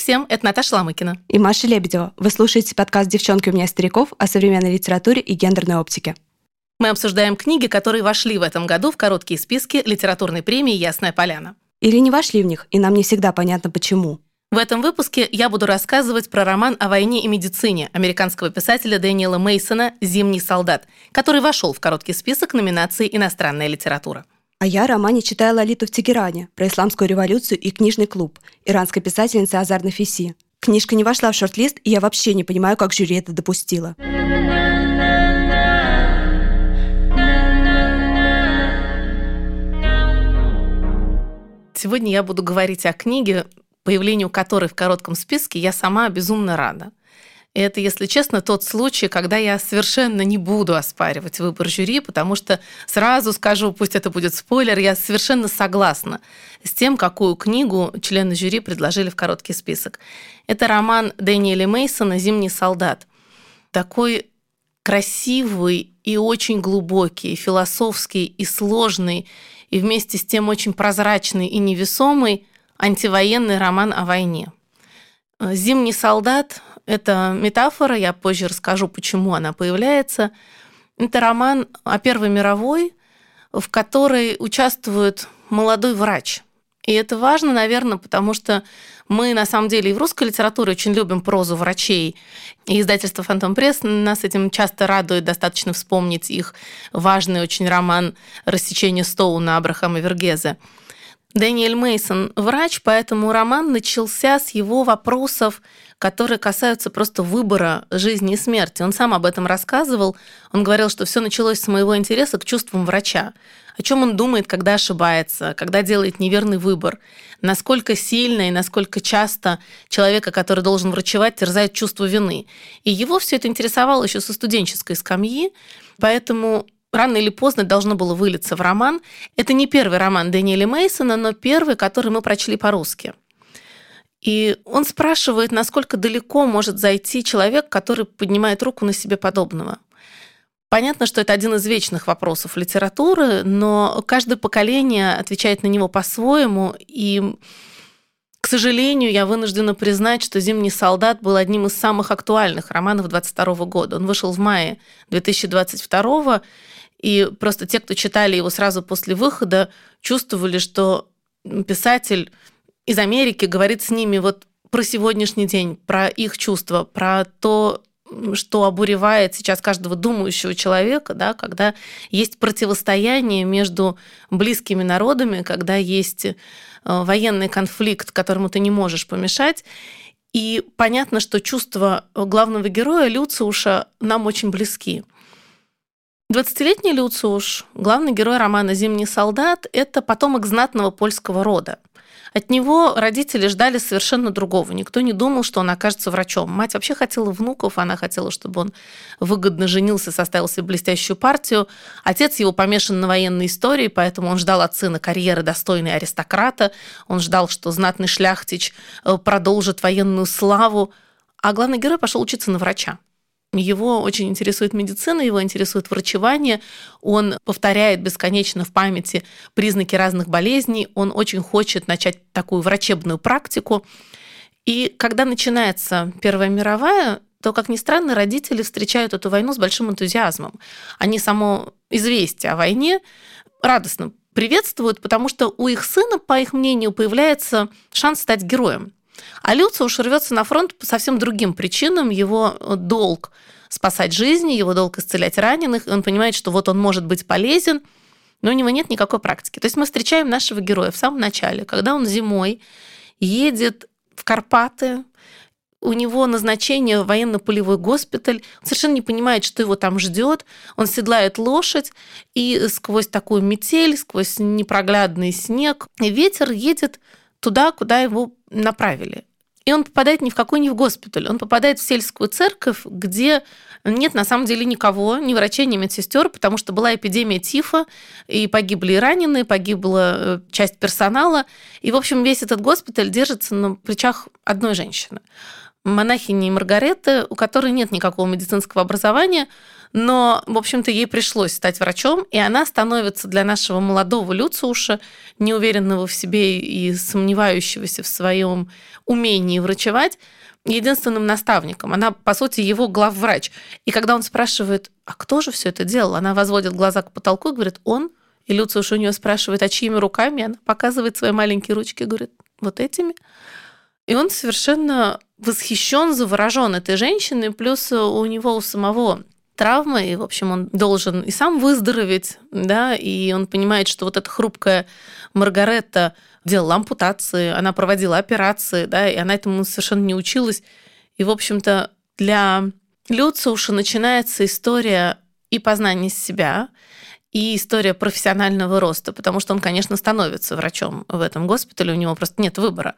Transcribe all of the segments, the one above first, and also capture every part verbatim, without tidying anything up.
всем, это Наташа Ломыкина. И Маша Лебедева. Вы слушаете подкаст «Девчонки, у меня стариков» о современной литературе и гендерной оптике. Мы обсуждаем книги, которые вошли в этом году в короткие списки литературной премии «Ясная поляна». Или не вошли в них, и нам не всегда понятно, почему. В этом выпуске я буду рассказывать про роман о войне и медицине американского писателя Дэниела Мейсона «Зимний солдат», который вошел в короткий список номинаций «Иностранная литература». А я о романе «Читаю Лолиту в Тегеране» про исламскую революцию и книжный клуб иранской писательницы Азар Нафиси. Книжка не вошла в шорт-лист, и я вообще не понимаю, как жюри это допустило. Сегодня я буду говорить о книге, появлению которой в коротком списке я сама безумно рада. И это, если честно, тот случай, когда я совершенно не буду оспаривать выбор жюри, потому что сразу скажу, пусть это будет спойлер, я совершенно согласна с тем, какую книгу члены жюри предложили в короткий список. Это роман Дэниела Мейсона «Зимний солдат». Такой красивый и очень глубокий, и философский, и сложный, и вместе с тем очень прозрачный и невесомый антивоенный роман о войне. «Зимний солдат» — это метафора, я позже расскажу, почему она появляется. Это роман о Первой мировой, в которой участвует молодой врач. И это важно, наверное, потому что мы, на самом деле, и в русской литературе очень любим прозу врачей. И издательство «Фантом Пресс» нас этим часто радует. Достаточно вспомнить их важный очень роман «Рассечение Стоуна» Абрахама Вергезе. Дэниел Мейсон – врач, поэтому роман начался с его вопросов, которые касаются просто выбора жизни и смерти. Он сам об этом рассказывал. Он говорил, что все началось с моего интереса к чувствам врача. О чем он думает, когда ошибается, когда делает неверный выбор. Насколько сильно и насколько часто человека, который должен врачевать, терзает чувство вины. И его все это интересовало еще со студенческой скамьи, поэтому рано или поздно должно было вылиться в роман. Это не первый роман Дэниела Мейсона, но первый, который мы прочли по-русски. И он спрашивает, насколько далеко может зайти человек, который поднимает руку на себе подобного. Понятно, что это один из вечных вопросов литературы, но каждое поколение отвечает на него по-своему. И, к сожалению, я вынуждена признать, что «Зимний солдат» был одним из самых актуальных романов двадцать второго года. Он вышел в мае две тысячи двадцать второго, и просто те, кто читали его сразу после выхода, чувствовали, что писатель из Америки говорит с ними вот про сегодняшний день, про их чувства, про то, что обуревает сейчас каждого думающего человека, да, когда есть противостояние между близкими народами, когда есть военный конфликт, которому ты не можешь помешать. И понятно, что чувства главного героя Люциуша нам очень близки. двадцатилетний Люциуш, главный герой романа «Зимний солдат», это потомок знатного польского рода. От него родители ждали совершенно другого. Никто не думал, что он окажется врачом. Мать вообще хотела внуков, она хотела, чтобы он выгодно женился, составил себе блестящую партию. Отец его помешан на военной истории, поэтому он ждал от сына карьеры достойной аристократа. Он ждал, что знатный шляхтич продолжит военную славу. А главный герой пошел учиться на врача. Его очень интересует медицина, его интересует врачевание. Он повторяет бесконечно в памяти признаки разных болезней. Он очень хочет начать такую врачебную практику. И когда начинается Первая мировая, то, как ни странно, родители встречают эту войну с большим энтузиазмом. Они само известие о войне радостно приветствуют, потому что у их сына, по их мнению, появляется шанс стать героем. А Люциуш рвется на фронт по совсем другим причинам. Его долг спасать жизни, его долг исцелять раненых. И он понимает, что вот он может быть полезен, но у него нет никакой практики. То есть мы встречаем нашего героя в самом начале, когда он зимой едет в Карпаты, у него назначение в военно-полевой госпиталь, он совершенно не понимает, что его там ждет. Он седлает лошадь, и сквозь такую метель, сквозь непроглядный снег, ветер едет туда, куда его направили. И он попадает ни в какой ни в госпиталь, он попадает в сельскую церковь, где нет на самом деле никого, ни врачей, ни медсестер, потому что была эпидемия тифа, и погибли и раненые, погибла часть персонала. И, в общем, весь этот госпиталь держится на плечах одной женщины. Монахини Маргареты, у которой нет никакого медицинского образования, Но, в общем-то, ей пришлось стать врачом, и она становится для нашего молодого Люциуша, неуверенного в себе и сомневающегося в своем умении врачевать, единственным наставником. Она, по сути, его главврач. И когда он спрашивает, а кто же все это делал, она возводит глаза к потолку и говорит, он. И Люциуш у нее спрашивает, а чьими руками? Она показывает свои маленькие ручки и говорит, вот этими. И он совершенно восхищен, заворожен этой женщиной, плюс у него у самого травмы, и, в общем, он должен и сам выздороветь, да, и он понимает, что вот эта хрупкая Маргаретта делала ампутации, она проводила операции, да, и она этому совершенно не училась. И, в общем-то, для Люциуша начинается история и познания себя, и история профессионального роста, потому что он, конечно, становится врачом в этом госпитале, у него просто нет выбора.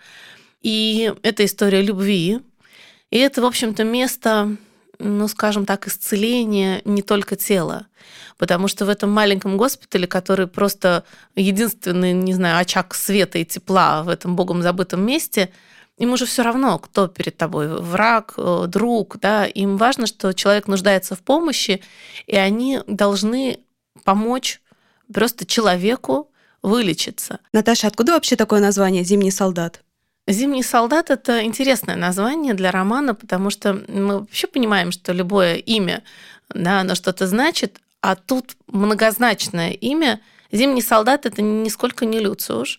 И это история любви, и это, в общем-то, место, ну, скажем так, исцеления не только тела, потому что в этом маленьком госпитале, который просто единственный, не знаю, очаг света и тепла в этом богом забытом месте, им уже все равно, кто перед тобой, враг, друг, да, им важно, что человек нуждается в помощи, и они должны помочь просто человеку вылечиться. Наташа, откуда вообще такое название «Зимний солдат»? «Зимний солдат» — это интересное название для романа, потому что мы вообще понимаем, что любое имя, да, оно что-то значит, а тут многозначное имя. «Зимний солдат» — это нисколько не Люциуш.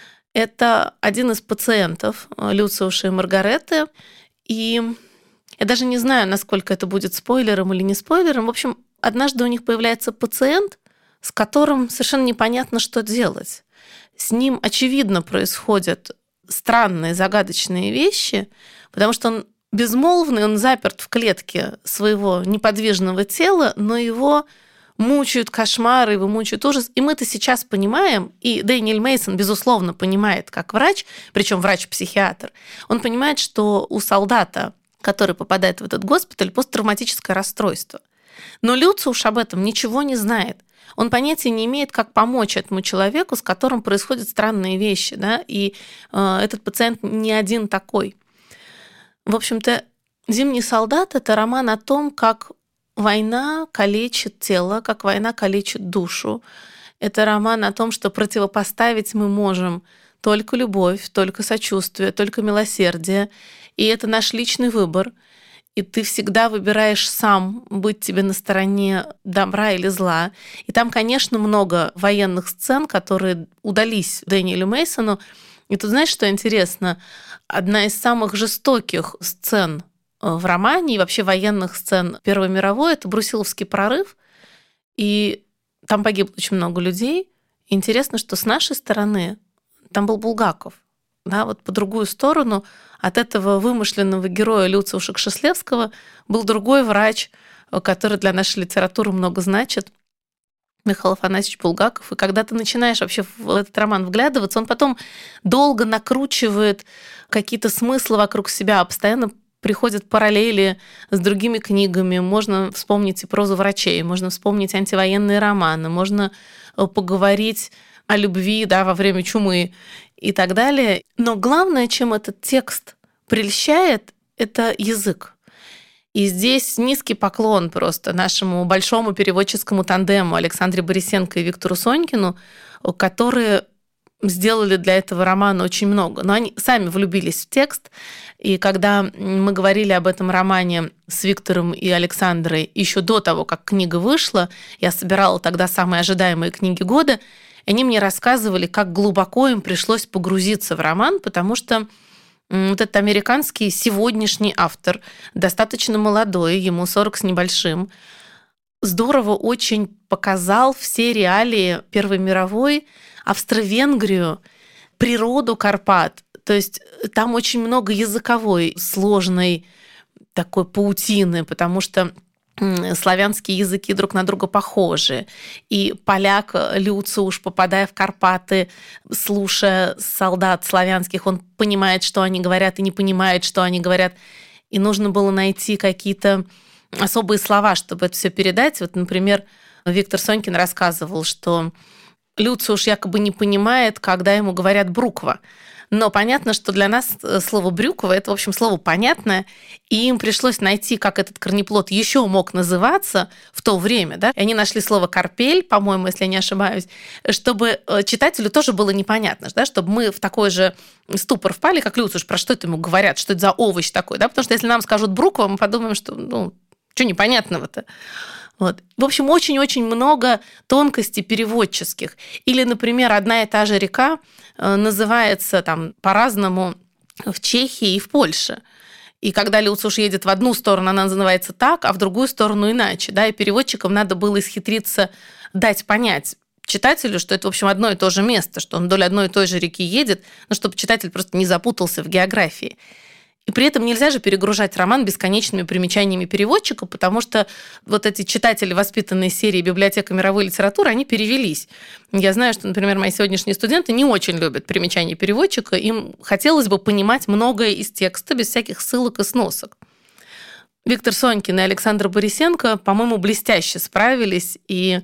Это один из пациентов Люциуша и Маргареты. И я даже не знаю, насколько это будет спойлером или не спойлером. В общем, однажды у них появляется пациент, с которым совершенно непонятно, что делать. С ним, очевидно, происходят странные, загадочные вещи, потому что он безмолвный, он заперт в клетке своего неподвижного тела, но его мучают кошмары, его мучают ужас. И мы это сейчас понимаем, и Дэниэль Мейсон, безусловно, понимает как врач, причем врач-психиатр, он понимает, что у солдата, который попадает в этот госпиталь, посттравматическое расстройство. Но Люциуш об этом ничего не знает. Он понятия не имеет, как помочь этому человеку, с которым происходят странные вещи. Да? И э, этот пациент не один такой. В общем-то, «Зимний солдат» — это роман о том, как война калечит тело, как война калечит душу. Это роман о том, что противопоставить мы можем только любовь, только сочувствие, только милосердие. И это наш личный выбор. И ты всегда выбираешь сам, быть тебе на стороне добра или зла. И там, конечно, много военных сцен, которые удались Дэниелю Мейсону. И тут знаешь, что интересно? Одна из самых жестоких сцен в романе и вообще военных сцен Первой мировой — это Брусиловский прорыв. И там погибло очень много людей. И интересно, что с нашей стороны там был Булгаков. Да, вот по другую сторону от этого вымышленного героя Люциуша Кшеслевского был другой врач, который для нашей литературы много значит, Михаил Афанасьевич Булгаков. И когда ты начинаешь вообще в этот роман вглядываться, он потом долго накручивает какие-то смыслы вокруг себя, постоянно приходят параллели с другими книгами. Можно вспомнить и прозу врачей, можно вспомнить антивоенные романы, можно поговорить о любви, да, во время чумы и так далее. Но главное, чем этот текст прельщает, это язык. И здесь низкий поклон просто нашему большому переводческому тандему Александре Борисенко и Виктору Сонькину, которые сделали для этого романа очень много. Но они сами влюбились в текст. И когда мы говорили об этом романе с Виктором и Александрой еще до того, как книга вышла, я собирала тогда самые ожидаемые книги года, они мне рассказывали, как глубоко им пришлось погрузиться в роман, потому что вот этот американский сегодняшний автор, достаточно молодой, ему сорок с небольшим, здорово очень показал все реалии Первой мировой, Австро-Венгрию, природу Карпат. То есть там очень много языковой, сложной такой паутины, потому что славянские языки друг на друга похожи. И поляк Люциуш, попадая в Карпаты, слушая солдат славянских, он понимает, что они говорят, и не понимает, что они говорят. И нужно было найти какие-то особые слова, чтобы это все передать. Вот, например, Виктор Сонькин рассказывал, что Люциуш якобы не понимает, когда ему говорят «бруква». Но понятно, что для нас слово «брюква» — это, в общем, слово понятное, и им пришлось найти, как этот корнеплод еще мог называться в то время. Да? И они нашли слово «карпель», по-моему, если я не ошибаюсь, чтобы читателю тоже было непонятно, да? Чтобы мы в такой же ступор впали, как Люциуш, про что это ему говорят, что это за овощ такой. Да? Потому что если нам скажут «брюква», мы подумаем, что ну, что непонятного-то. Вот. В общем, очень-очень много тонкостей переводческих. Или, например, одна и та же река называется там по-разному в Чехии и в Польше. И когда Люциуш едет в одну сторону, она называется так, а в другую сторону иначе. Да? И переводчикам надо было исхитриться дать понять читателю, что это, в общем, одно и то же место, что он вдоль одной и той же реки едет, но чтобы читатель просто не запутался в географии. И при этом нельзя же перегружать роман бесконечными примечаниями переводчика, потому что вот эти читатели, воспитанные серией «Библиотека мировой литературы», они перевелись. Я знаю, что, например, мои сегодняшние студенты не очень любят примечания переводчика, им хотелось бы понимать многое из текста без всяких ссылок и сносок. Виктор Сонькин и Александр Борисенко, по-моему, блестяще справились, и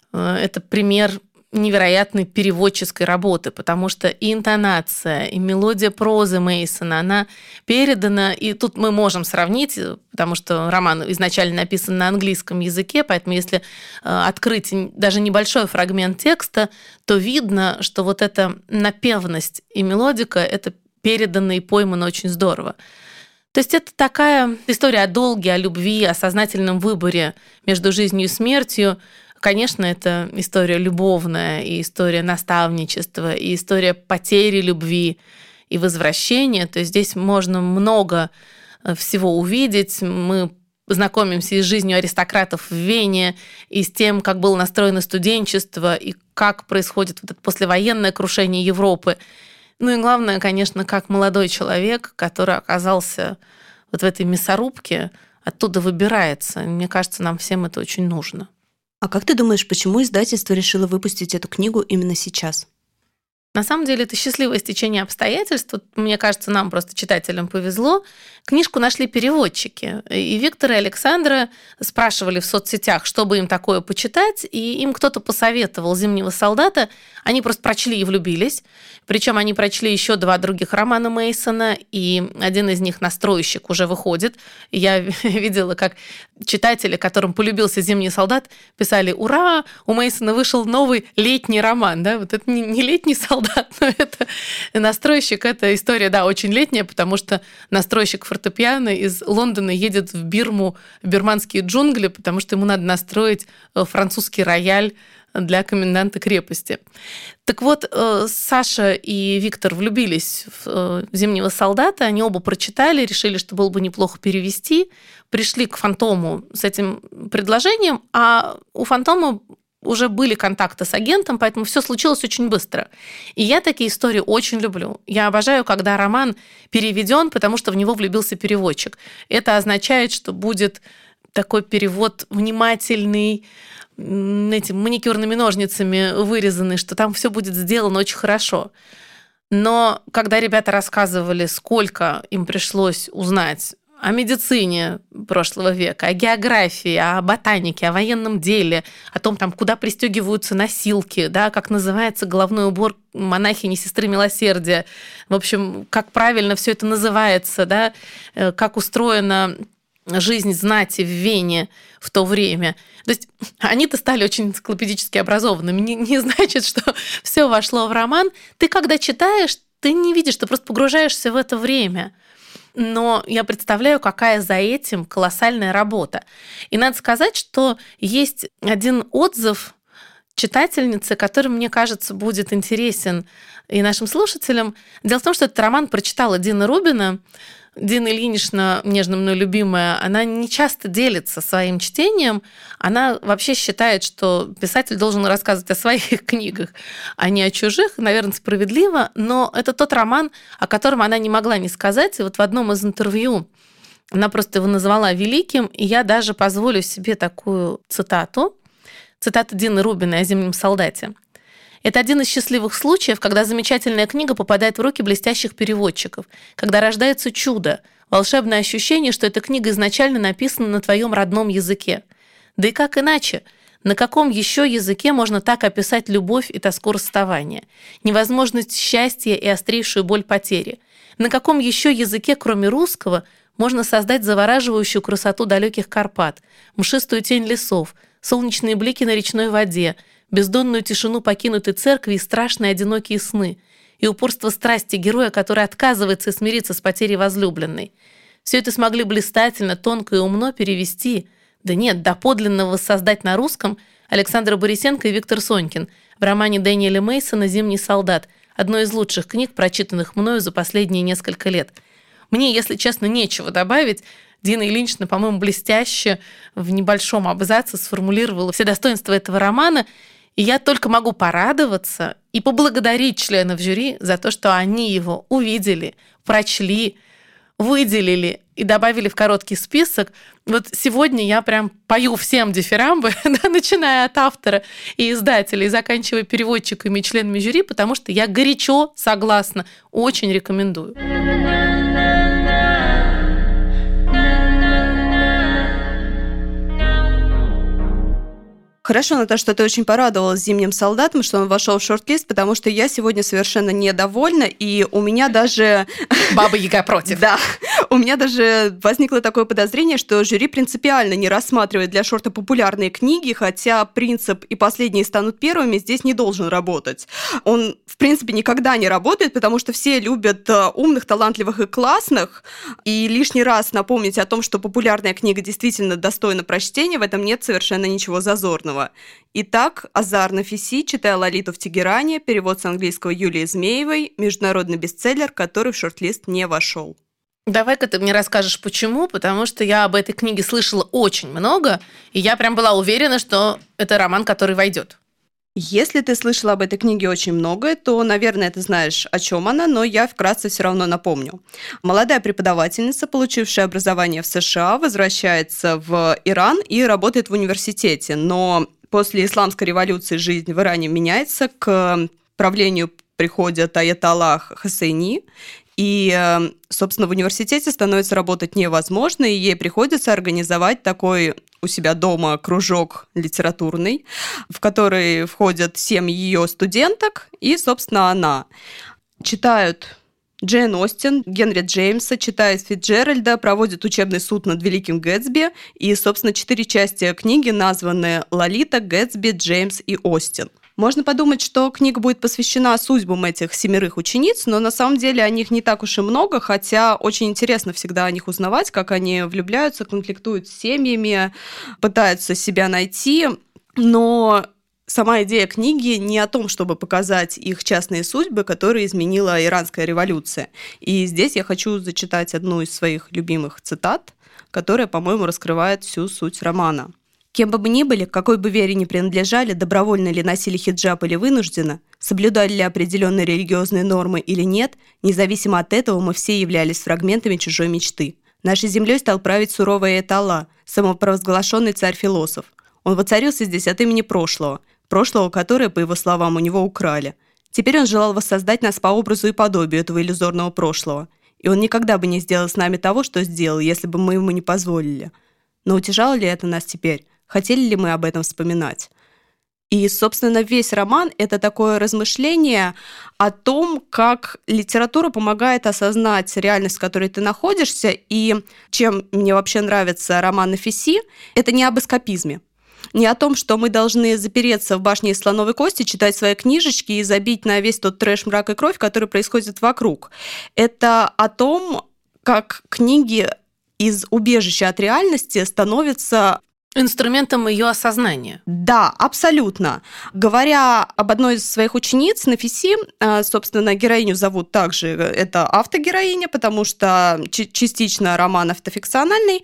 это пример невероятной переводческой работы, потому что и интонация, и мелодия прозы Мейсона, она передана, и тут мы можем сравнить, потому что роман изначально написан на английском языке, поэтому если открыть даже небольшой фрагмент текста, то видно, что вот эта напевность и мелодика, это передано и поймано очень здорово. То есть это такая история о долге, о любви, о сознательном выборе между жизнью и смертью. Конечно, это история любовная, и история наставничества, и история потери любви и возвращения. То есть здесь можно много всего увидеть. Мы знакомимся и с жизнью аристократов в Вене, и с тем, как было настроено студенчество, и как происходит вот это послевоенное крушение Европы. Ну и главное, конечно, как молодой человек, который оказался вот в этой мясорубке, оттуда выбирается. Мне кажется, нам всем это очень нужно. А как ты думаешь, почему издательство решило выпустить эту книгу именно сейчас? На самом деле это счастливое стечение обстоятельств. Мне кажется, нам просто, читателям, повезло. Книжку нашли переводчики. И Виктор и Александра спрашивали в соцсетях, чтобы им такое почитать, и им кто-то посоветовал «Зимнего солдата». Они просто прочли и влюбились. Причем они прочли еще два других романа Мейсона, и один из них «Настройщик» уже выходит. Я видела, как читатели, которым полюбился «Зимний солдат», писали: «Ура! У Мейсона вышел новый летний роман». Да? Вот это не летний солдат, но это «Настройщик». Это история, да, очень летняя, потому что настройщик фортепиано из Лондона едет в Бирму, в бирманские джунгли, потому что ему надо настроить французский рояль для коменданта крепости. Так вот, Саша и Виктор влюбились в «Зимнего солдата», они оба прочитали, решили, что было бы неплохо перевести, пришли к «Фантому» с этим предложением, а у «Фантома» уже были контакты с агентом, поэтому все случилось очень быстро. И я такие истории очень люблю. Я обожаю, когда роман переведен, потому что в него влюбился переводчик. Это означает, что будет такой перевод внимательный, этими маникюрными ножницами вырезанный, что там все будет сделано очень хорошо. Но когда ребята рассказывали, сколько им пришлось узнать о медицине прошлого века, о географии, о ботанике, о военном деле, о том, там, куда пристегиваются носилки, да, как называется головной убор монахини Сестры Милосердия, в общем, как правильно все это называется, да, как устроена жизнь знати в Вене в то время. То есть они-то стали очень энциклопедически образованными. Не, не значит, что все вошло в роман. Ты, когда читаешь, ты не видишь, ты просто погружаешься в это время. Но я представляю, какая за этим колоссальная работа. И надо сказать, что есть один отзыв читательницы, который, мне кажется, будет интересен и нашим слушателям. Дело в том, что этот роман прочитала Дина Рубина. Дина Ильинична, нежно мной любимая, она не часто делится своим чтением. Она вообще считает, что писатель должен рассказывать о своих книгах, а не о чужих. Наверное, справедливо, но это тот роман, о котором она не могла не сказать. И вот в одном из интервью она просто его назвала великим, и я даже позволю себе такую цитату. Цитата Дины Рубиной о «Зимнем солдате». Это один из счастливых случаев, когда замечательная книга попадает в руки блестящих переводчиков, когда рождается чудо, волшебное ощущение, что эта книга изначально написана на твоем родном языке. Да и как иначе? На каком еще языке можно так описать любовь и тоску расставания, невозможность счастья и острейшую боль потери? На каком еще языке, кроме русского, можно создать завораживающую красоту далеких Карпат, мшистую тень лесов, солнечные блики на речной воде, бездонную тишину покинутой церкви и страшные одинокие сны, и упорство страсти героя, который отказывается смириться с потерей возлюбленной? Все это смогли блистательно, тонко и умно перевести, да нет, доподлинно воссоздать на русском Александр Борисенко и Виктор Сонькин в романе Дэниеля Мейсона «Зимний солдат», одной из лучших книг, прочитанных мною за последние несколько лет. Мне, если честно, нечего добавить. Дина Ильинична, по-моему, блестяще в небольшом абзаце сформулировала все достоинства этого романа, и я только могу порадоваться и поблагодарить членов жюри за то, что они его увидели, прочли, выделили и добавили в короткий список. Вот сегодня я прям пою всем дифирамбы, да, начиная от автора и издателя, и заканчивая переводчиками и членами жюри, потому что я горячо согласна, очень рекомендую. Хорошо, Наташа, что ты очень порадовалась «Зимним солдатом», что он вошел в шорт-лист, потому что я сегодня совершенно недовольна, и у меня даже... Баба-Яга против. Да, у меня даже возникло такое подозрение, что жюри принципиально не рассматривает для шорта популярные книги, хотя принцип «и последние станут первыми» здесь не должен работать. Он, в принципе, никогда не работает, потому что все любят умных, талантливых и классных, и лишний раз напомнить о том, что популярная книга действительно достойна прочтения, в этом нет совершенно ничего зазорного. Итак, Азар Нафиси, читая Лолиту в Тегеране, перевод с английского Юлии Змеевой, международный бестселлер, который в шорт-лист не вошел. Давай-ка ты мне расскажешь, почему, потому что я об этой книге слышала очень много, и я прям была уверена, что это роман, который войдет. Если ты слышала об этой книге очень многое, то, наверное, ты знаешь, о чем она, но я вкратце все равно напомню. Молодая преподавательница, получившая образование в США, возвращается в Иран и работает в университете, но после исламской революции жизнь в Иране меняется, к правлению приходят аятоллах Хосейни, и, собственно, в университете становится работать невозможно, и ей приходится организовать такой у себя дома кружок литературный, в который входят семь ее студенток и, собственно, она. Читают Джейн Остин, Генри Джеймса, читают Фицджеральда, проводят учебный суд над Великим Гэтсби, и, собственно, четыре части книги названы «Лолита», «Гэтсби», «Джеймс» и «Остин». Можно подумать, что книга будет посвящена судьбам этих семерых учениц, но на самом деле о них не так уж и много, хотя очень интересно всегда о них узнавать, как они влюбляются, конфликтуют с семьями, пытаются себя найти, но сама идея книги не о том, чтобы показать их частные судьбы, которые изменила Иранская революция. И здесь я хочу зачитать одну из своих любимых цитат, которая, по-моему, раскрывает всю суть романа. Кем бы мы ни были, к какой бы вере ни принадлежали, добровольно ли носили хиджаб или вынужденно, соблюдали ли определенные религиозные нормы или нет, независимо от этого мы все являлись фрагментами чужой мечты. Нашей землей стал править суровый Аятолла, самопровозглашенный царь-философ. Он воцарился здесь от имени прошлого, прошлого, которое, по его словам, у него украли. Теперь он желал воссоздать нас по образу и подобию этого иллюзорного прошлого. И он никогда бы не сделал с нами того, что сделал, если бы мы ему не позволили. Но утешало ли это нас теперь? Хотели ли мы об этом вспоминать? И, собственно, весь роман — это такое размышление о том, как литература помогает осознать реальность, в которой ты находишься. И чем мне вообще нравится роман Нафиси, это не об эскапизме. Не о том, что мы должны запереться в башне из слоновой кости, читать свои книжечки и забить на весь тот трэш, мрак и кровь, который происходит вокруг. Это о том, как книги из убежища от реальности становятся инструментом ее осознания. Да, абсолютно. Говоря об одной из своих учениц, Нафиси, собственно, героиню зовут также, это автогероиня, потому что частично роман автофикциональный.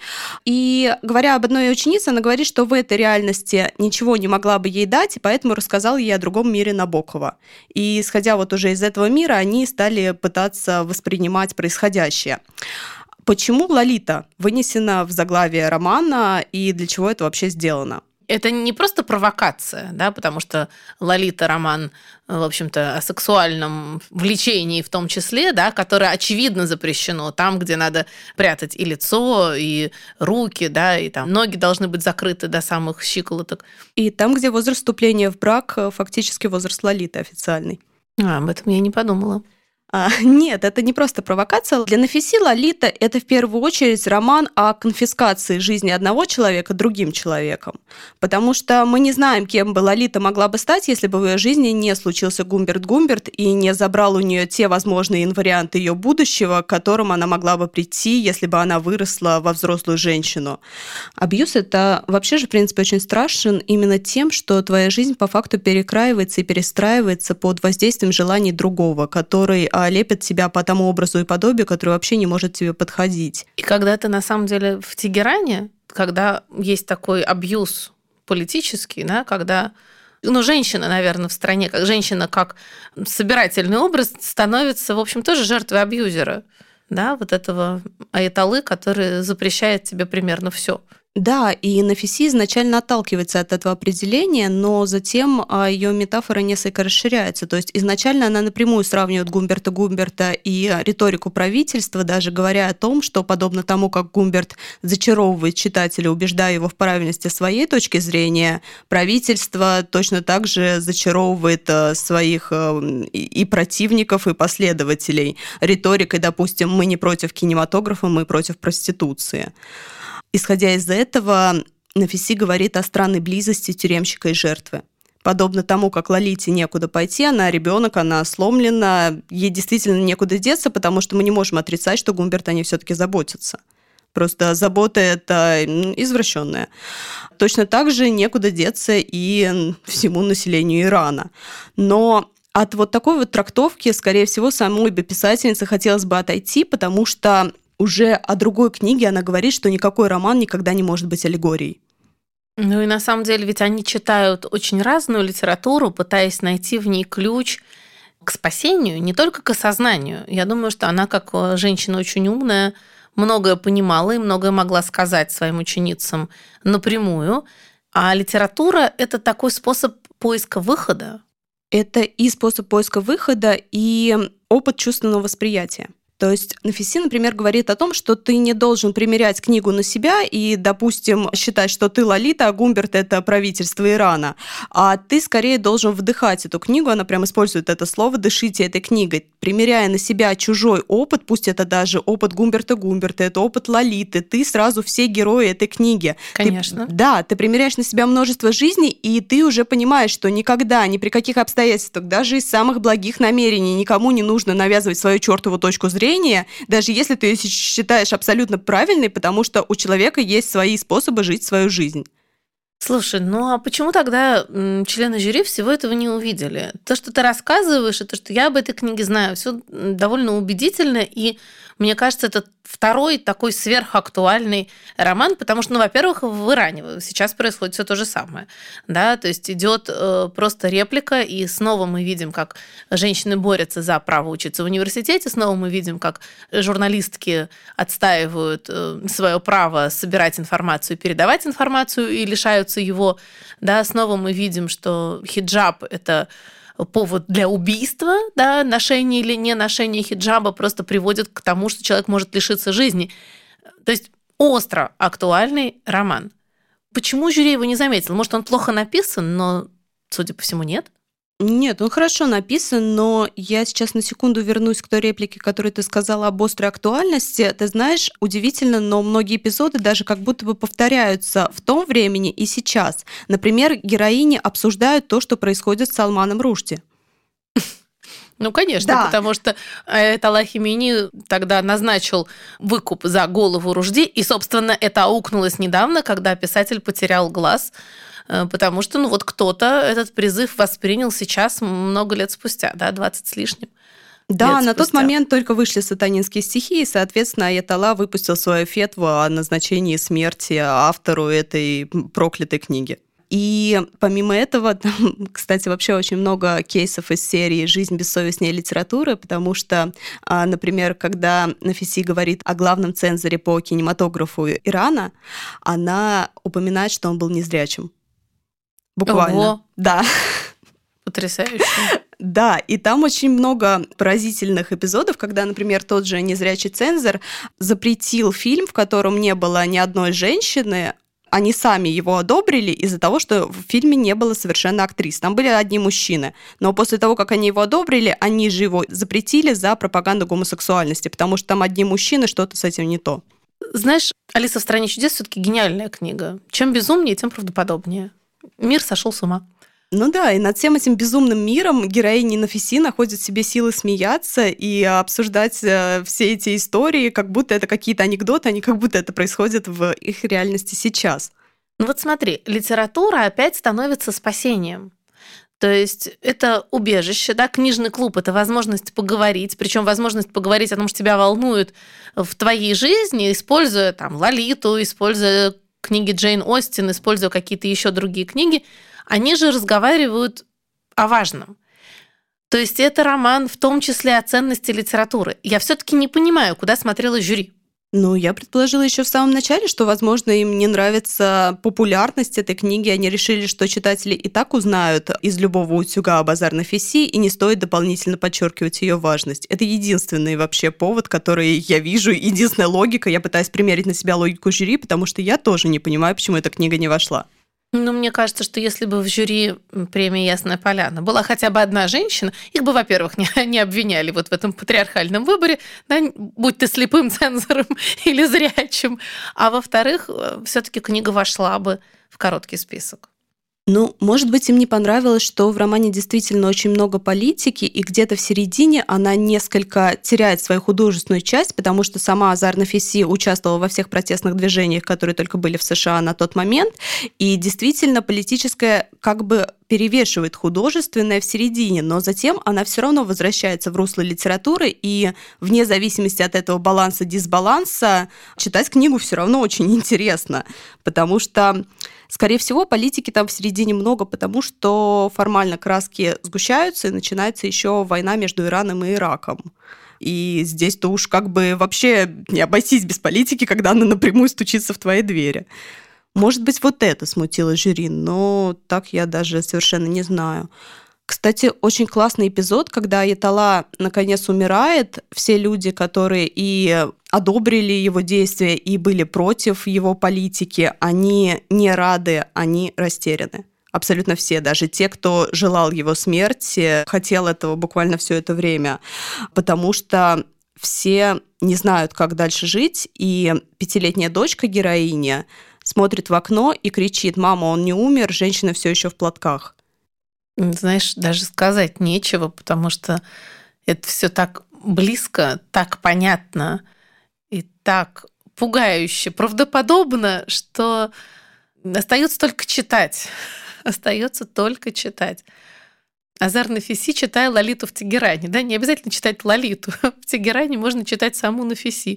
И говоря об одной ученице, она говорит, что в этой реальности ничего не могла бы ей дать, и поэтому рассказала ей о другом мире Набокова. И исходя вот уже из этого мира, они стали пытаться воспринимать происходящее. Почему Лолита вынесена в заглавие романа и для чего это вообще сделано? Это не просто провокация, да, потому что «Лолита» — роман, в общем-то, о сексуальном влечении в том числе, да, которое очевидно запрещено. Там, где надо прятать и лицо, и руки, да, и там ноги должны быть закрыты до самых щиколоток. И там, где возраст вступления в брак, фактически возраст Лолиты официальный. А, об этом я не подумала. А, нет, это не просто провокация. Для Нафиси Лолита – это в первую очередь роман о конфискации жизни одного человека другим человеком. Потому что мы не знаем, кем бы Лолита могла бы стать, если бы в ее жизни не случился Гумберт Гумберт и не забрал у нее те возможные инварианты ее будущего, к которым она могла бы прийти, если бы она выросла во взрослую женщину. Абьюз – это вообще же, в принципе, очень страшен именно тем, что твоя жизнь по факту перекраивается и перестраивается под воздействием желаний другого, который лепит тебя по тому образу и подобию, который вообще не может тебе подходить. И когда ты на самом деле в Тегеране, когда есть такой абьюз политический, да, когда ну, женщина, наверное, в стране, как женщина, как собирательный образ, становится, в общем, тоже жертвой абьюзера, да, вот этого аятоллы, который запрещает тебе примерно все. Да, и Нафиси изначально отталкивается от этого определения, но затем ее метафора несколько расширяется. То есть изначально она напрямую сравнивает Гумберта Гумберта и риторику правительства, даже говоря о том, что подобно тому, как Гумберт зачаровывает читателя, убеждая его в правильности своей точки зрения, правительство точно так же зачаровывает своих и противников, и последователей риторикой, допустим, мы не против кинематографа, мы против проституции. Исходя из этого, Нафиси говорит о странной близости тюремщика и жертвы. Подобно тому, как Лолите некуда пойти, она ребенок, она сломлена, ей действительно некуда деться, потому что мы не можем отрицать, что Гумберт о ней все-таки заботится. Просто забота это извращенная. Точно так же некуда деться и всему населению Ирана. Но от вот такой вот трактовки, скорее всего, самой бы писательнице хотелось бы отойти, потому что уже о другой книге она говорит, что никакой роман никогда не может быть аллегорией. Ну и на самом деле ведь они читают очень разную литературу, пытаясь найти в ней ключ к спасению, не только к осознанию. Я думаю, что она, как женщина очень умная, многое понимала и многое могла сказать своим ученицам напрямую. А литература – это такой способ поиска выхода. Это и способ поиска выхода, и опыт чувственного восприятия. То есть Нафиси, например, говорит о том, что ты не должен примерять книгу на себя и, допустим, считать, что ты Лолита, а Гумберт — это правительство Ирана, а ты скорее должен вдыхать эту книгу, она прям использует это слово «дышите этой книгой», примеряя на себя чужой опыт, пусть это даже опыт Гумберта Гумберта, это опыт Лолиты, ты сразу все герои этой книги. Конечно. Ты, да, ты примеряешь на себя множество жизней, и ты уже понимаешь, что никогда, ни при каких обстоятельствах, даже из самых благих намерений никому не нужно навязывать свою чертову точку зрения, даже если ты ее считаешь абсолютно правильной, потому что у человека есть свои способы жить свою жизнь. Слушай, ну а почему тогда члены жюри всего этого не увидели? То, что ты рассказываешь, и то, что я об этой книге знаю, все довольно убедительно, и мне кажется, это второй такой сверхактуальный роман, потому что, ну, во-первых, в Иране сейчас происходит все то же самое, да, то есть идет э, просто реплика, и снова мы видим, как женщины борются за право учиться в университете, снова мы видим, как журналистки отстаивают э, свое право собирать информацию, передавать информацию и лишаются его, да, снова мы видим, что хиджаб – это повод для убийства, да, ношение или не ношение хиджаба просто приводит к тому, что человек может лишиться жизни. То есть остро актуальный роман. Почему жюри его не заметил? Может, он плохо написан, но, судя по всему, нет? Нет, он хорошо написан, но я сейчас на секунду вернусь к той реплике, которую ты сказала об острой актуальности. Ты знаешь, удивительно, но многие эпизоды даже как будто бы повторяются в том времени и сейчас. Например, героини обсуждают то, что происходит с Салманом Рушди. Ну, конечно, да. Потому что Аятолла Хомейни тогда назначил выкуп за голову Рушди, и, собственно, это аукнулось недавно, когда писатель потерял глаз, потому что, ну, вот кто-то этот призыв воспринял сейчас, много лет спустя, да, двадцать с лишним. Да, на тот момент только вышли сатанинские стихи, и, соответственно, Аятолла выпустил свою фетву о назначении смерти автору этой проклятой книги. И помимо этого, там, кстати, вообще очень много кейсов из серии «Жизнь бессовестнее литературы», потому что, например, когда Нафиси говорит о главном цензоре по кинематографу Ирана, она упоминает, что он был незрячим. Буквально. Ого. Да. Потрясающе. Да, и там очень много поразительных эпизодов, когда, например, тот же незрячий цензор запретил фильм, в котором не было ни одной женщины. Они сами его одобрили из-за того, что в фильме не было совершенно актрис. Там были одни мужчины. Но после того, как они его одобрили, они же его запретили за пропаганду гомосексуальности, потому что там одни мужчины, что-то с этим не то. Знаешь, «Алиса в стране чудес» все-таки гениальная книга. Чем безумнее, тем правдоподобнее. Мир сошел с ума. Ну да, и над всем этим безумным миром героини Нафиси находят в себе силы смеяться и обсуждать все эти истории, как будто это какие-то анекдоты, а не как будто это происходит в их реальности сейчас. Ну вот смотри, литература опять становится спасением. То есть это убежище, да, книжный клуб – это возможность поговорить, причем возможность поговорить о том, что тебя волнует в твоей жизни, используя там Лолиту, используя книги Джейн Остин, используя какие-то еще другие книги. Они же разговаривают о важном. То есть это роман в том числе о ценности литературы. Я все-таки не понимаю, куда смотрело жюри. Ну, я предположила еще в самом начале, что, возможно, им не нравится популярность этой книги. Они решили, что читатели и так узнают из любого утюга об Азар Нафиси, и не стоит дополнительно подчеркивать ее важность. Это единственный вообще повод, который я вижу, единственная логика. Я пытаюсь примерить на себя логику жюри, потому что я тоже не понимаю, почему эта книга не вошла. Ну, мне кажется, что если бы в жюри премии «Ясная поляна» была хотя бы одна женщина, их бы, во-первых, не, не обвиняли вот в этом патриархальном выборе, да, будь ты слепым цензором или зрячим, а во-вторых, все-таки книга вошла бы в короткий список. Ну, может быть, им не понравилось, что в романе действительно очень много политики, и где-то в середине она несколько теряет свою художественную часть, потому что сама Азар Нафиси участвовала во всех протестных движениях, которые только были в США на тот момент, и действительно политическое как бы перевешивает художественное в середине, но затем она все равно возвращается в русло литературы, и вне зависимости от этого баланса-дисбаланса читать книгу все равно очень интересно, потому что, скорее всего, политики там в середине много, потому что формально краски сгущаются, и начинается еще война между Ираном и Ираком. И здесь-то уж как бы вообще не обойтись без политики, когда она напрямую стучится в твои двери. Может быть, вот это смутило жюри, но так я даже совершенно не знаю. Кстати, очень классный эпизод, когда Аятолла наконец умирает. Все люди, которые и одобрили его действия, и были против его политики, они не рады, они растеряны. Абсолютно все, даже те, кто желал его смерти, хотел этого буквально все это время, потому что все не знают, как дальше жить, и пятилетняя дочка героини смотрит в окно и кричит: «Мама, он не умер, женщина все еще в платках». Знаешь, даже сказать нечего, потому что это все так близко, так понятно и так пугающе, правдоподобно, что остается только читать. Остается только читать. Азар Нафиси, читая Лолиту в Тегеране. Да, не обязательно читать Лолиту. В Тегеране можно читать саму Нафиси.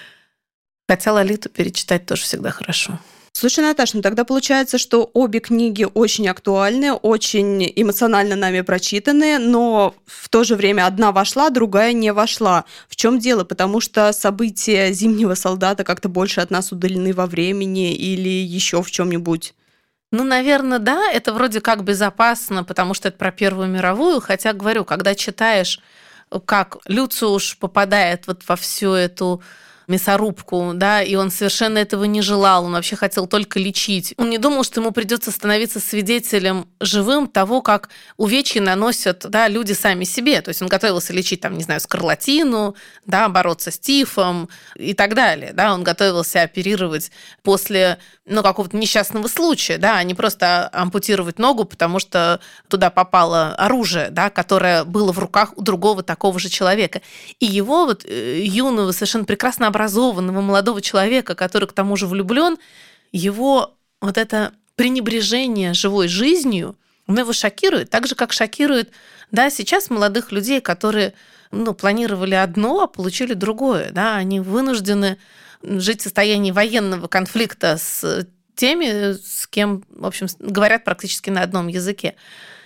Хотя Лолиту перечитать тоже всегда хорошо. Слушай, Наташ, ну тогда получается, что обе книги очень актуальны, очень эмоционально нами прочитаны, но в то же время одна вошла, другая не вошла. В чем дело? Потому что события «Зимнего солдата» как-то больше от нас удалены во времени или еще в чем-нибудь? Ну, наверное, да, это вроде как безопасно, потому что это про Первую мировую, хотя, говорю, когда читаешь, как Люциуш попадает вот во всю эту мясорубку, да, и он совершенно этого не желал, он вообще хотел только лечить. Он не думал, что ему придется становиться свидетелем живым того, как увечья наносят, да, люди сами себе. То есть он готовился лечить, там, не знаю, скарлатину, да, бороться с тифом и так далее. Да, он готовился оперировать после, ну, какого-то несчастного случая, да, а не просто ампутировать ногу, потому что туда попало оружие, да, которое было в руках у другого такого же человека. И его вот юного, совершенно прекрасно образованного молодого человека, который к тому же влюблен, его вот это пренебрежение живой жизнью, он его шокирует, так же, как шокирует, да, сейчас молодых людей, которые, ну, планировали одно, а получили другое, да, они вынуждены жить в состоянии военного конфликта с теми, с кем, в общем, говорят практически на одном языке.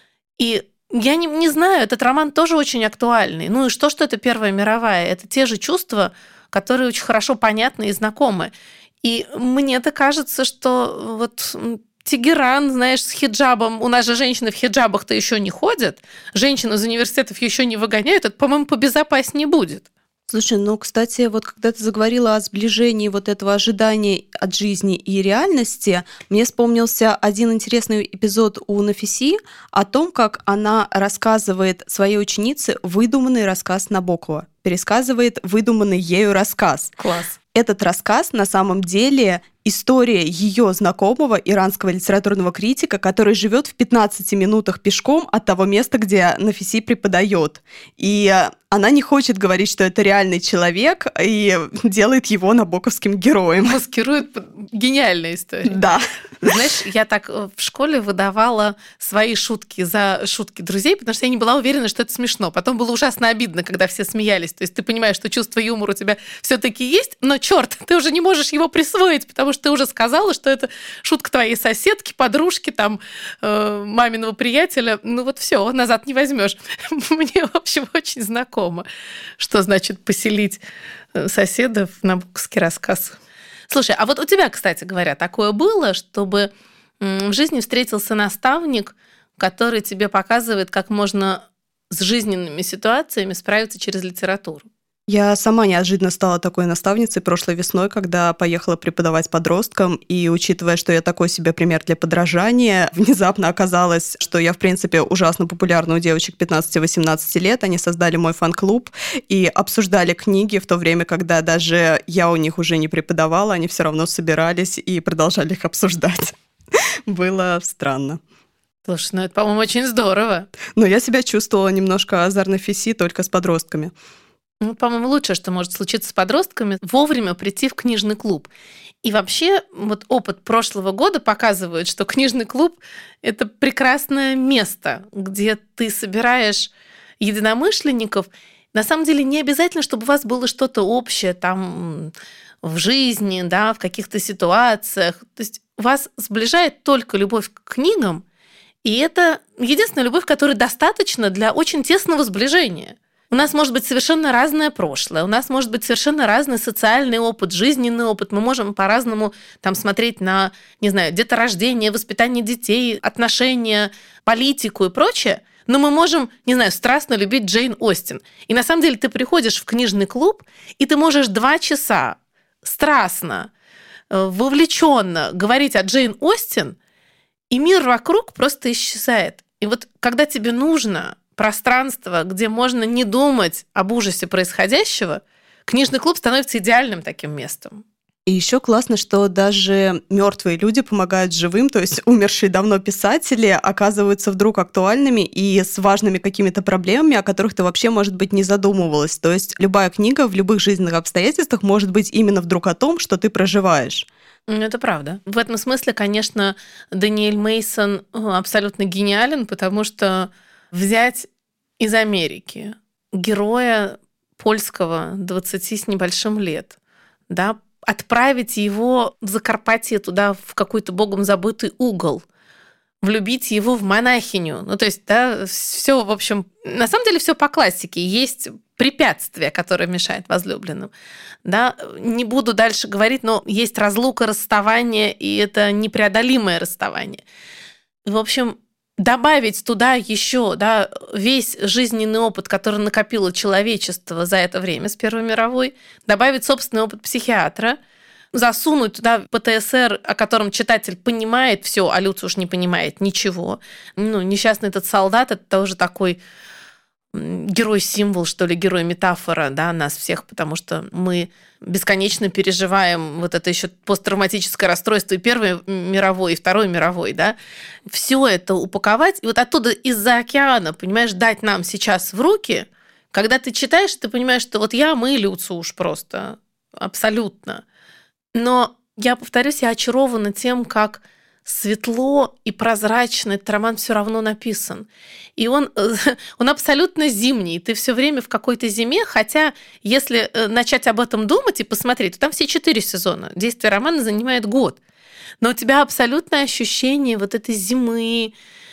И я не, не знаю, этот роман тоже очень актуальный. Ну и что, что это Первая мировая? Это те же чувства, которые очень хорошо понятны и знакомы. И мне-то кажется, что вот Тегеран, знаешь, с хиджабом. У нас же женщины в хиджабах-то еще не ходят. Женщины из университетов еще не выгоняют. Это, по-моему, побезопаснее будет. Слушай, ну, кстати, вот когда ты заговорила о сближении вот этого ожидания от жизни и реальности, мне вспомнился один интересный эпизод у Нафиси о том, как она рассказывает своей ученице выдуманный рассказ Набокова, пересказывает выдуманный ею рассказ. Класс. Этот рассказ на самом деле история ее знакомого иранского литературного критика, который живет в пятнадцати минутах пешком от того места, где Нафиси преподает. И она не хочет говорить, что это реальный человек, и делает его набоковским героем. Маскирует. Гениальная история. Да. Знаешь, я так в школе выдавала свои шутки за шутки друзей, потому что я не была уверена, что это смешно. Потом было ужасно обидно, когда все смеялись. То есть ты понимаешь, что чувство юмора у тебя все-таки есть, но черт, ты уже не можешь его присвоить, потому что ты уже сказала, что это шутка твоей соседки, подружки, там, э, маминого приятеля. Ну вот все, назад не возьмешь. Мне, в общем, очень знакомо, что значит поселить соседа в набоковский рассказ. Слушай, а вот у тебя, кстати говоря, такое было, чтобы в жизни встретился наставник, который тебе показывает, как можно с жизненными ситуациями справиться через литературу? Я сама неожиданно стала такой наставницей прошлой весной, когда поехала преподавать подросткам, и учитывая, что я такой себе пример для подражания, внезапно оказалось, что я, в принципе, ужасно популярна у девочек пятнадцати-восемнадцати лет. Они создали мой фан-клуб и обсуждали книги в то время, когда даже я у них уже не преподавала, они все равно собирались и продолжали их обсуждать. Было странно. Слушай, ну это, по-моему, очень здорово. Но я себя чувствовала немножко Азар Нафиси, только с подростками. Ну, по-моему, лучшее, что может случиться с подростками, вовремя прийти в книжный клуб. И вообще, вот опыт прошлого года показывает, что книжный клуб — это прекрасное место, где ты собираешь единомышленников. На самом деле не обязательно, чтобы у вас было что-то общее там в жизни, да, в каких-то ситуациях. То есть вас сближает только любовь к книгам, и это единственная любовь, которой достаточно для очень тесного сближения. У нас может быть совершенно разное прошлое, у нас может быть совершенно разный социальный опыт, жизненный опыт. Мы можем по-разному там смотреть на, не знаю, деторождение, воспитание детей, отношения, политику и прочее. Но мы можем, не знаю, страстно любить Джейн Остин. И на самом деле ты приходишь в книжный клуб, и ты можешь два часа страстно, вовлеченно говорить о Джейн Остин, и мир вокруг просто исчезает. И вот когда тебе нужно пространство, где можно не думать об ужасе происходящего, книжный клуб становится идеальным таким местом. И еще классно, что даже мертвые люди помогают живым, то есть умершие давно писатели оказываются вдруг актуальными и с важными какими-то проблемами, о которых ты вообще, может быть, не задумывалась. То есть любая книга в любых жизненных обстоятельствах может быть именно вдруг о том, что ты проживаешь. Это правда. В этом смысле, конечно, Даниэль Мейсон абсолютно гениален, потому что взять из Америки героя польского двадцати с небольшим лет, да, отправить его в Закарпатье туда, в какой-то богом забытый угол, влюбить его в монахиню. Ну, то есть, да, все, в общем, на самом деле все по классике. Есть препятствие, которое мешает возлюбленным. Да, не буду дальше говорить, но есть разлука, расставание, и это непреодолимое расставание. В общем, добавить туда еще, да, весь жизненный опыт, который накопило человечество за это время с Первой мировой, добавить собственный опыт психиатра, засунуть туда ПТСР, о котором читатель понимает все, а Люци уж не понимает ничего. Ну, несчастный этот солдат — это тоже такой герой-символ, что ли, герой-метафора, да, нас всех, потому что мы бесконечно переживаем вот это еще посттравматическое расстройство и Первой мировой, и Второй мировой, да. Все это упаковать, и вот оттуда из-за океана, понимаешь, дать нам сейчас в руки, когда ты читаешь, ты понимаешь, что вот я, мы, Люци уж просто, абсолютно. Но я повторюсь, я очарована тем, как светло и прозрачно этот роман все равно написан. И он, он абсолютно зимний. Ты все время в какой-то зиме, хотя если начать об этом думать и посмотреть, то там все четыре сезона. Действие романа занимает год. Но у тебя абсолютное ощущение вот этой зимы.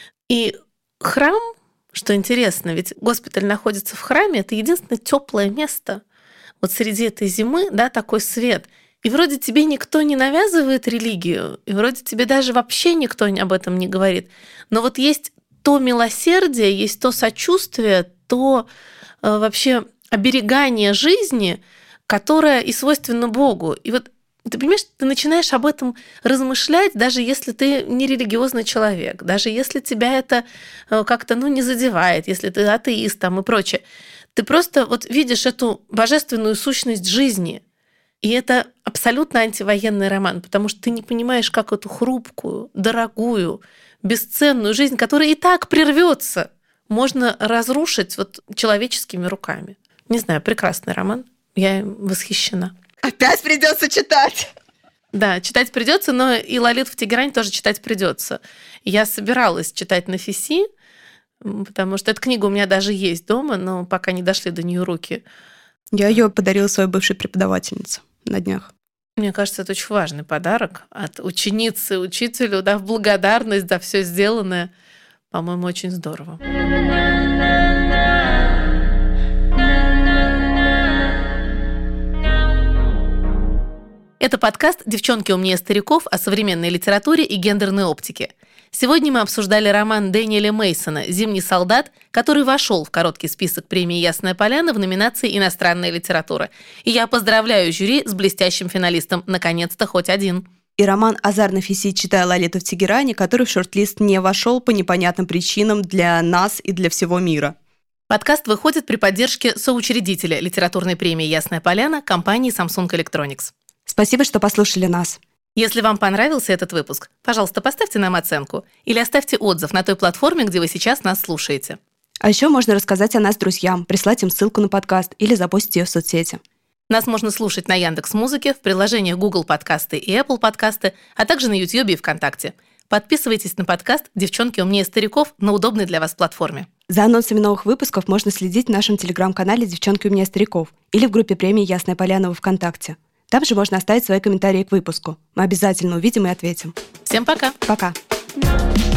И храм, что интересно, ведь госпиталь находится в храме, это единственное теплое место вот среди этой зимы, да, такой свет. И вроде тебе никто не навязывает религию, и вроде тебе даже вообще никто об этом не говорит. Но вот есть то милосердие, есть то сочувствие, то э, вообще оберегание жизни, которое и свойственно Богу. И вот ты понимаешь, ты начинаешь об этом размышлять, даже если ты не религиозный человек, даже если тебя это как-то ну, не задевает, если ты атеист там, и прочее. Ты просто вот видишь эту божественную сущность жизни. И это абсолютно антивоенный роман, потому что ты не понимаешь, как эту хрупкую, дорогую, бесценную жизнь, которая и так прервется, можно разрушить вот человеческими руками. Не знаю, прекрасный роман. Я им восхищена. Опять придется читать. Да, читать придется, но и «Лолиту в Тегеране» тоже читать придется. Я собиралась читать на ФИСИ, потому что эта книга у меня даже есть дома, но пока не дошли до нее руки. Я ее подарила своей бывшей преподавательнице на днях. Мне кажется, это очень важный подарок от ученицы учителю, да, в благодарность за все сделанное. По-моему, очень здорово. Это подкаст «Девчонки умнее стариков» о современной литературе и гендерной оптике. Сегодня мы обсуждали роман Дэниеля Мейсона «Зимний солдат», который вошел в короткий список премии «Ясная поляна» в номинации «Иностранная литература». И я поздравляю жюри с блестящим финалистом. Наконец-то хоть один. И роман «Азар на ФИСИ. Читая Лолиту в Тегеране», который в шорт-лист не вошел по непонятным причинам для нас и для всего мира. Подкаст выходит при поддержке соучредителя литературной премии «Ясная поляна» компании Samsung Electronics. Спасибо, что послушали нас. Если вам понравился этот выпуск, пожалуйста, поставьте нам оценку или оставьте отзыв на той платформе, где вы сейчас нас слушаете. А еще можно рассказать о нас друзьям, прислать им ссылку на подкаст или запостить ее в соцсети. Нас можно слушать на Яндекс.Музыке, в приложениях Google подкасты и Apple подкасты, а также на YouTube и ВКонтакте. Подписывайтесь на подкаст «Девчонки умнее стариков» на удобной для вас платформе. За анонсами новых выпусков можно следить в нашем телеграм-канале «Девчонки умнее стариков» или в группе премии «Ясная поляна» во ВКонтакте. Там же можно оставить свои комментарии к выпуску. Мы обязательно увидим и ответим. Всем пока! Пока!